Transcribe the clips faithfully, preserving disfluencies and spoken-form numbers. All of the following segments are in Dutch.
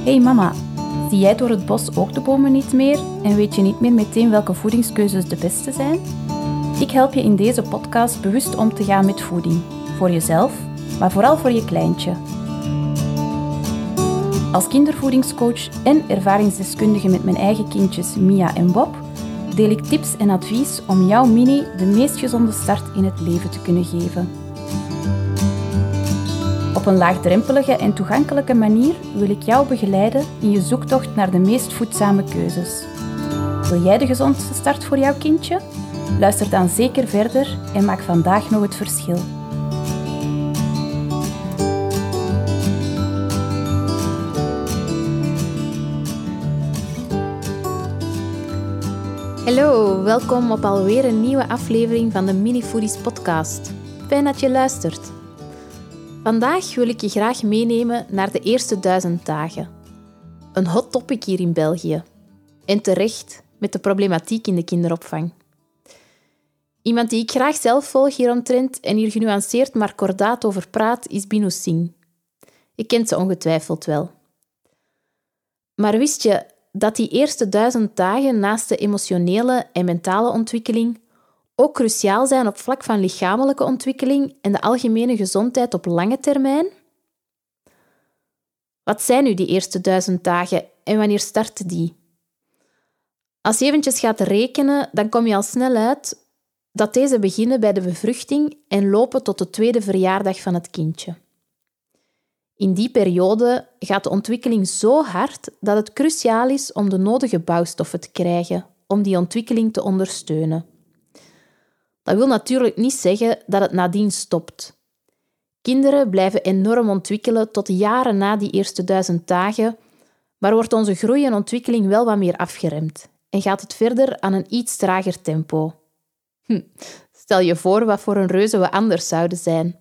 Hey mama, zie jij door het bos ook de bomen niet meer en weet je niet meer meteen welke voedingskeuzes de beste zijn? Ik help je in deze podcast bewust om te gaan met voeding. Voor jezelf, maar vooral voor je kleintje. Als kindervoedingscoach en ervaringsdeskundige met mijn eigen kindjes Mia en Bob deel ik tips en advies om jouw mini de meest gezonde start in het leven te kunnen geven. Op een laagdrempelige en toegankelijke manier wil ik jou begeleiden in je zoektocht naar de meest voedzame keuzes. Wil jij de gezondste start voor jouw kindje? Luister dan zeker verder en maak vandaag nog het verschil. Hallo, welkom op alweer een nieuwe aflevering van de Mini Foodies podcast. Fijn dat je luistert. Vandaag wil ik je graag meenemen naar de eerste duizend dagen. Een hot topic hier in België. En terecht met de problematiek in de kinderopvang. Iemand die ik graag zelf volg hieromtrent en hier genuanceerd maar kordaat over praat, is Binu Singh. Je kent ze ongetwijfeld wel. Maar wist je dat die eerste duizend dagen naast de emotionele en mentale ontwikkeling ook cruciaal zijn op vlak van lichamelijke ontwikkeling en de algemene gezondheid op lange termijn? Wat zijn nu die eerste duizend dagen en wanneer starten die? Als je eventjes gaat rekenen, dan kom je al snel uit dat deze beginnen bij de bevruchting en lopen tot de tweede verjaardag van het kindje. In die periode gaat de ontwikkeling zo hard dat het cruciaal is om de nodige bouwstoffen te krijgen om die ontwikkeling te ondersteunen. Dat wil natuurlijk niet zeggen dat het nadien stopt. Kinderen blijven enorm ontwikkelen tot jaren na die eerste duizend dagen, maar wordt onze groei en ontwikkeling wel wat meer afgeremd en gaat het verder aan een iets trager tempo. Hm, stel je voor wat voor een reuze we anders zouden zijn.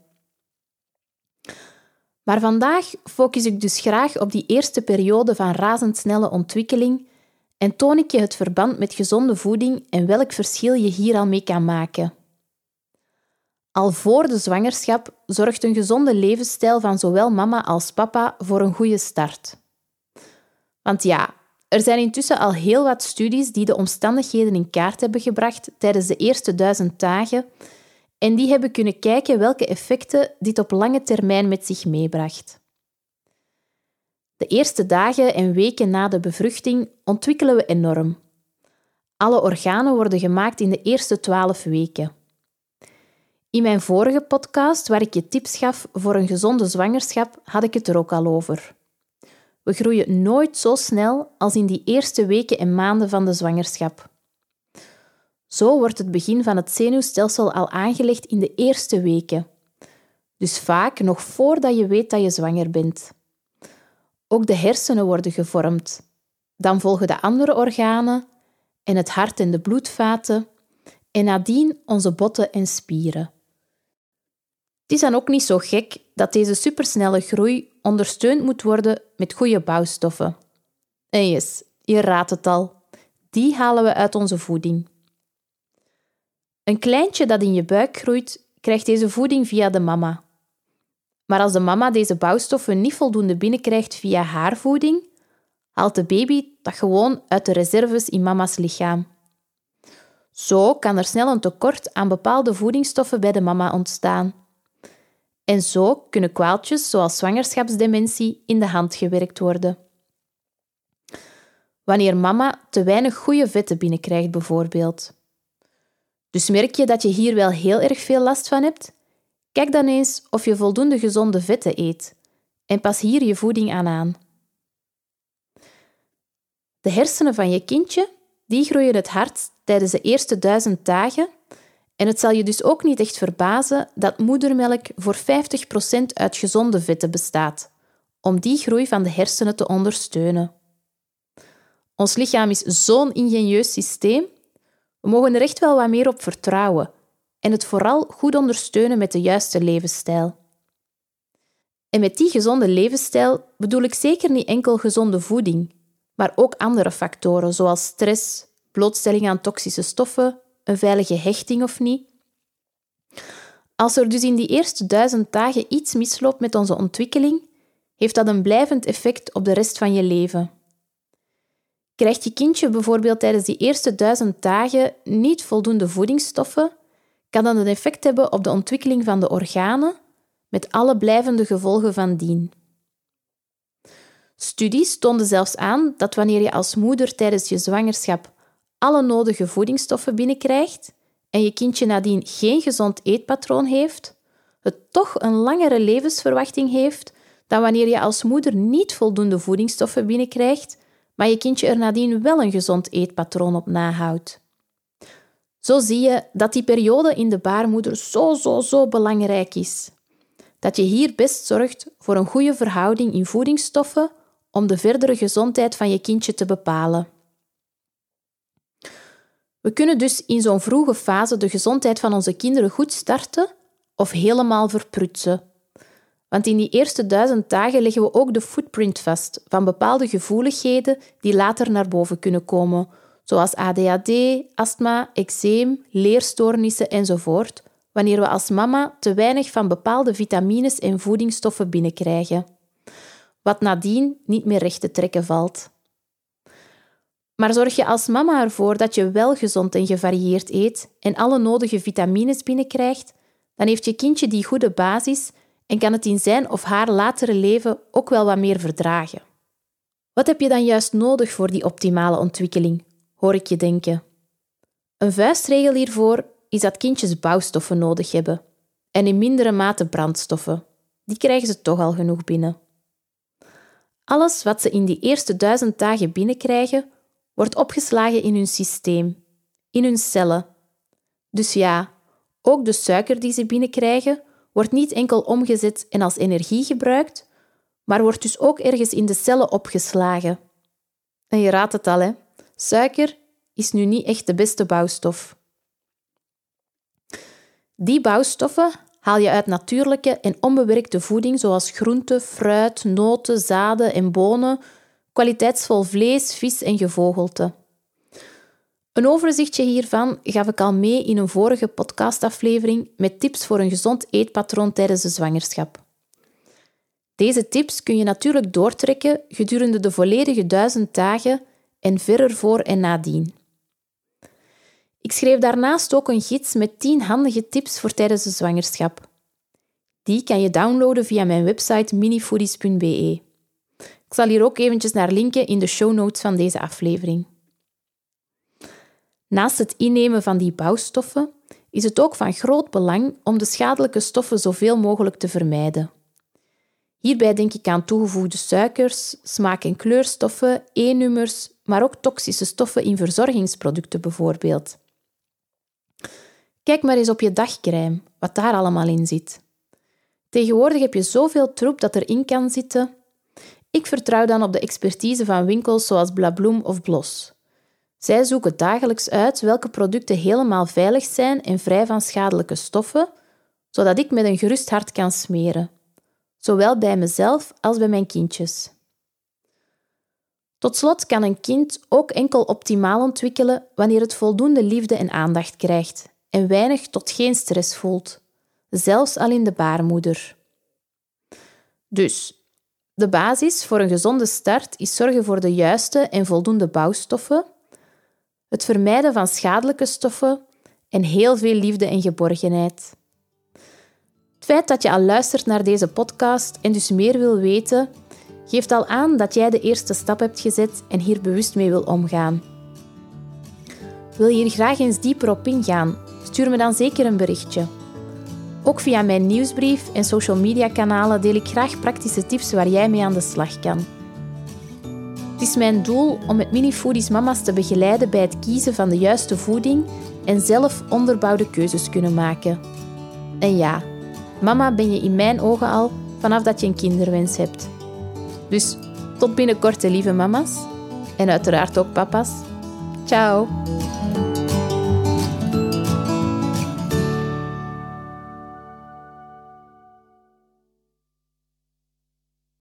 Maar vandaag focus ik dus graag op die eerste periode van razendsnelle ontwikkeling en toon ik je het verband met gezonde voeding en welk verschil je hier al mee kan maken. Al voor de zwangerschap zorgt een gezonde levensstijl van zowel mama als papa voor een goede start. Want ja, er zijn intussen al heel wat studies die de omstandigheden in kaart hebben gebracht tijdens de eerste duizend dagen en die hebben kunnen kijken welke effecten dit op lange termijn met zich meebracht. De eerste dagen en weken na de bevruchting ontwikkelen we enorm. Alle organen worden gemaakt in de eerste twaalf weken. In mijn vorige podcast, waar ik je tips gaf voor een gezonde zwangerschap, had ik het er ook al over. We groeien nooit zo snel als in die eerste weken en maanden van de zwangerschap. Zo wordt het begin van het zenuwstelsel al aangelegd in de eerste weken. Dus vaak nog voordat je weet dat je zwanger bent. Ook de hersenen worden gevormd. Dan volgen de andere organen en het hart en de bloedvaten en nadien onze botten en spieren. Het is dan ook niet zo gek dat deze supersnelle groei ondersteund moet worden met goede bouwstoffen. En yes, je raadt het al, die halen we uit onze voeding. Een kleintje dat in je buik groeit, krijgt deze voeding via de mama. Maar als de mama deze bouwstoffen niet voldoende binnenkrijgt via haar voeding, haalt de baby dat gewoon uit de reserves in mama's lichaam. Zo kan er snel een tekort aan bepaalde voedingsstoffen bij de mama ontstaan. En zo kunnen kwaaltjes zoals zwangerschapsdementie in de hand gewerkt worden. Wanneer mama te weinig goede vetten binnenkrijgt bijvoorbeeld. Dus merk je dat je hier wel heel erg veel last van hebt? Kijk dan eens of je voldoende gezonde vetten eet en pas hier je voeding aan aan. De hersenen van je kindje die groeien het hardst tijdens de eerste duizend dagen en het zal je dus ook niet echt verbazen dat moedermelk voor vijftig procent uit gezonde vetten bestaat, om die groei van de hersenen te ondersteunen. Ons lichaam is zo'n ingenieus systeem. We mogen er echt wel wat meer op vertrouwen en het vooral goed ondersteunen met de juiste levensstijl. En met die gezonde levensstijl bedoel ik zeker niet enkel gezonde voeding, maar ook andere factoren zoals stress, blootstelling aan toxische stoffen, een veilige hechting of niet. Als er dus in die eerste duizend dagen iets misloopt met onze ontwikkeling, heeft dat een blijvend effect op de rest van je leven. Krijgt je kindje bijvoorbeeld tijdens die eerste duizend dagen niet voldoende voedingsstoffen, kan dat een effect hebben op de ontwikkeling van de organen, met alle blijvende gevolgen van dien. Studies toonden zelfs aan dat wanneer je als moeder tijdens je zwangerschap alle nodige voedingsstoffen binnenkrijgt en je kindje nadien geen gezond eetpatroon heeft, het toch een langere levensverwachting heeft dan wanneer je als moeder niet voldoende voedingsstoffen binnenkrijgt, maar je kindje er nadien wel een gezond eetpatroon op nahoudt. Zo zie je dat die periode in de baarmoeder zo, zo, zo belangrijk is. Dat je hier best zorgt voor een goede verhouding in voedingsstoffen om de verdere gezondheid van je kindje te bepalen. We kunnen dus in zo'n vroege fase de gezondheid van onze kinderen goed starten of helemaal verprutsen. Want in die eerste duizend dagen leggen we ook de footprint vast van bepaalde gevoeligheden die later naar boven kunnen komen, zoals A D H D, astma, eczeem, leerstoornissen enzovoort, wanneer we als mama te weinig van bepaalde vitamines en voedingsstoffen binnenkrijgen, wat nadien niet meer recht te trekken valt. Maar zorg je als mama ervoor dat je wel gezond en gevarieerd eet en alle nodige vitamines binnenkrijgt, dan heeft je kindje die goede basis en kan het in zijn of haar latere leven ook wel wat meer verdragen. Wat heb je dan juist nodig voor die optimale ontwikkeling, hoor ik je denken? Een vuistregel hiervoor is dat kindjes bouwstoffen nodig hebben en in mindere mate brandstoffen. Die krijgen ze toch al genoeg binnen. Alles wat ze in die eerste duizend dagen binnenkrijgen, wordt opgeslagen in hun systeem, in hun cellen. Dus ja, ook de suiker die ze binnenkrijgen, wordt niet enkel omgezet en als energie gebruikt, maar wordt dus ook ergens in de cellen opgeslagen. En je raadt het al, hè? Suiker is nu niet echt de beste bouwstof. Die bouwstoffen haal je uit natuurlijke en onbewerkte voeding zoals groenten, fruit, noten, zaden en bonen, kwaliteitsvol vlees, vis en gevogelte. Een overzichtje hiervan gaf ik al mee in een vorige podcastaflevering met tips voor een gezond eetpatroon tijdens de zwangerschap. Deze tips kun je natuurlijk doortrekken gedurende de volledige duizend dagen en ver ervoor en nadien. Ik schreef daarnaast ook een gids met tien handige tips voor tijdens de zwangerschap. Die kan je downloaden via mijn website minifoodies punt b e. Ik zal hier ook eventjes naar linken in de show notes van deze aflevering. Naast het innemen van die bouwstoffen is het ook van groot belang om de schadelijke stoffen zoveel mogelijk te vermijden. Hierbij denk ik aan toegevoegde suikers, smaak- en kleurstoffen, E-nummers, maar ook toxische stoffen in verzorgingsproducten bijvoorbeeld. Kijk maar eens op je dagcrème, wat daar allemaal in zit. Tegenwoordig heb je zoveel troep dat erin kan zitten. Ik vertrouw dan op de expertise van winkels zoals Blabloem of Blos. Zij zoeken dagelijks uit welke producten helemaal veilig zijn en vrij van schadelijke stoffen, zodat ik met een gerust hart kan smeren. Zowel bij mezelf als bij mijn kindjes. Tot slot kan een kind ook enkel optimaal ontwikkelen wanneer het voldoende liefde en aandacht krijgt en weinig tot geen stress voelt, zelfs al in de baarmoeder. Dus, de basis voor een gezonde start is zorgen voor de juiste en voldoende bouwstoffen, het vermijden van schadelijke stoffen en heel veel liefde en geborgenheid. Het feit dat je al luistert naar deze podcast en dus meer wil weten, geeft al aan dat jij de eerste stap hebt gezet en hier bewust mee wil omgaan. Wil je hier graag eens dieper op ingaan? Stuur me dan zeker een berichtje. Ook via mijn nieuwsbrief en social media kanalen deel ik graag praktische tips waar jij mee aan de slag kan. Het is mijn doel om met Minifoodies mama's te begeleiden bij het kiezen van de juiste voeding en zelf onderbouwde keuzes kunnen maken. En ja, mama ben je in mijn ogen al vanaf dat je een kinderwens hebt. Dus tot binnenkort, lieve mama's. En uiteraard ook papa's. Ciao!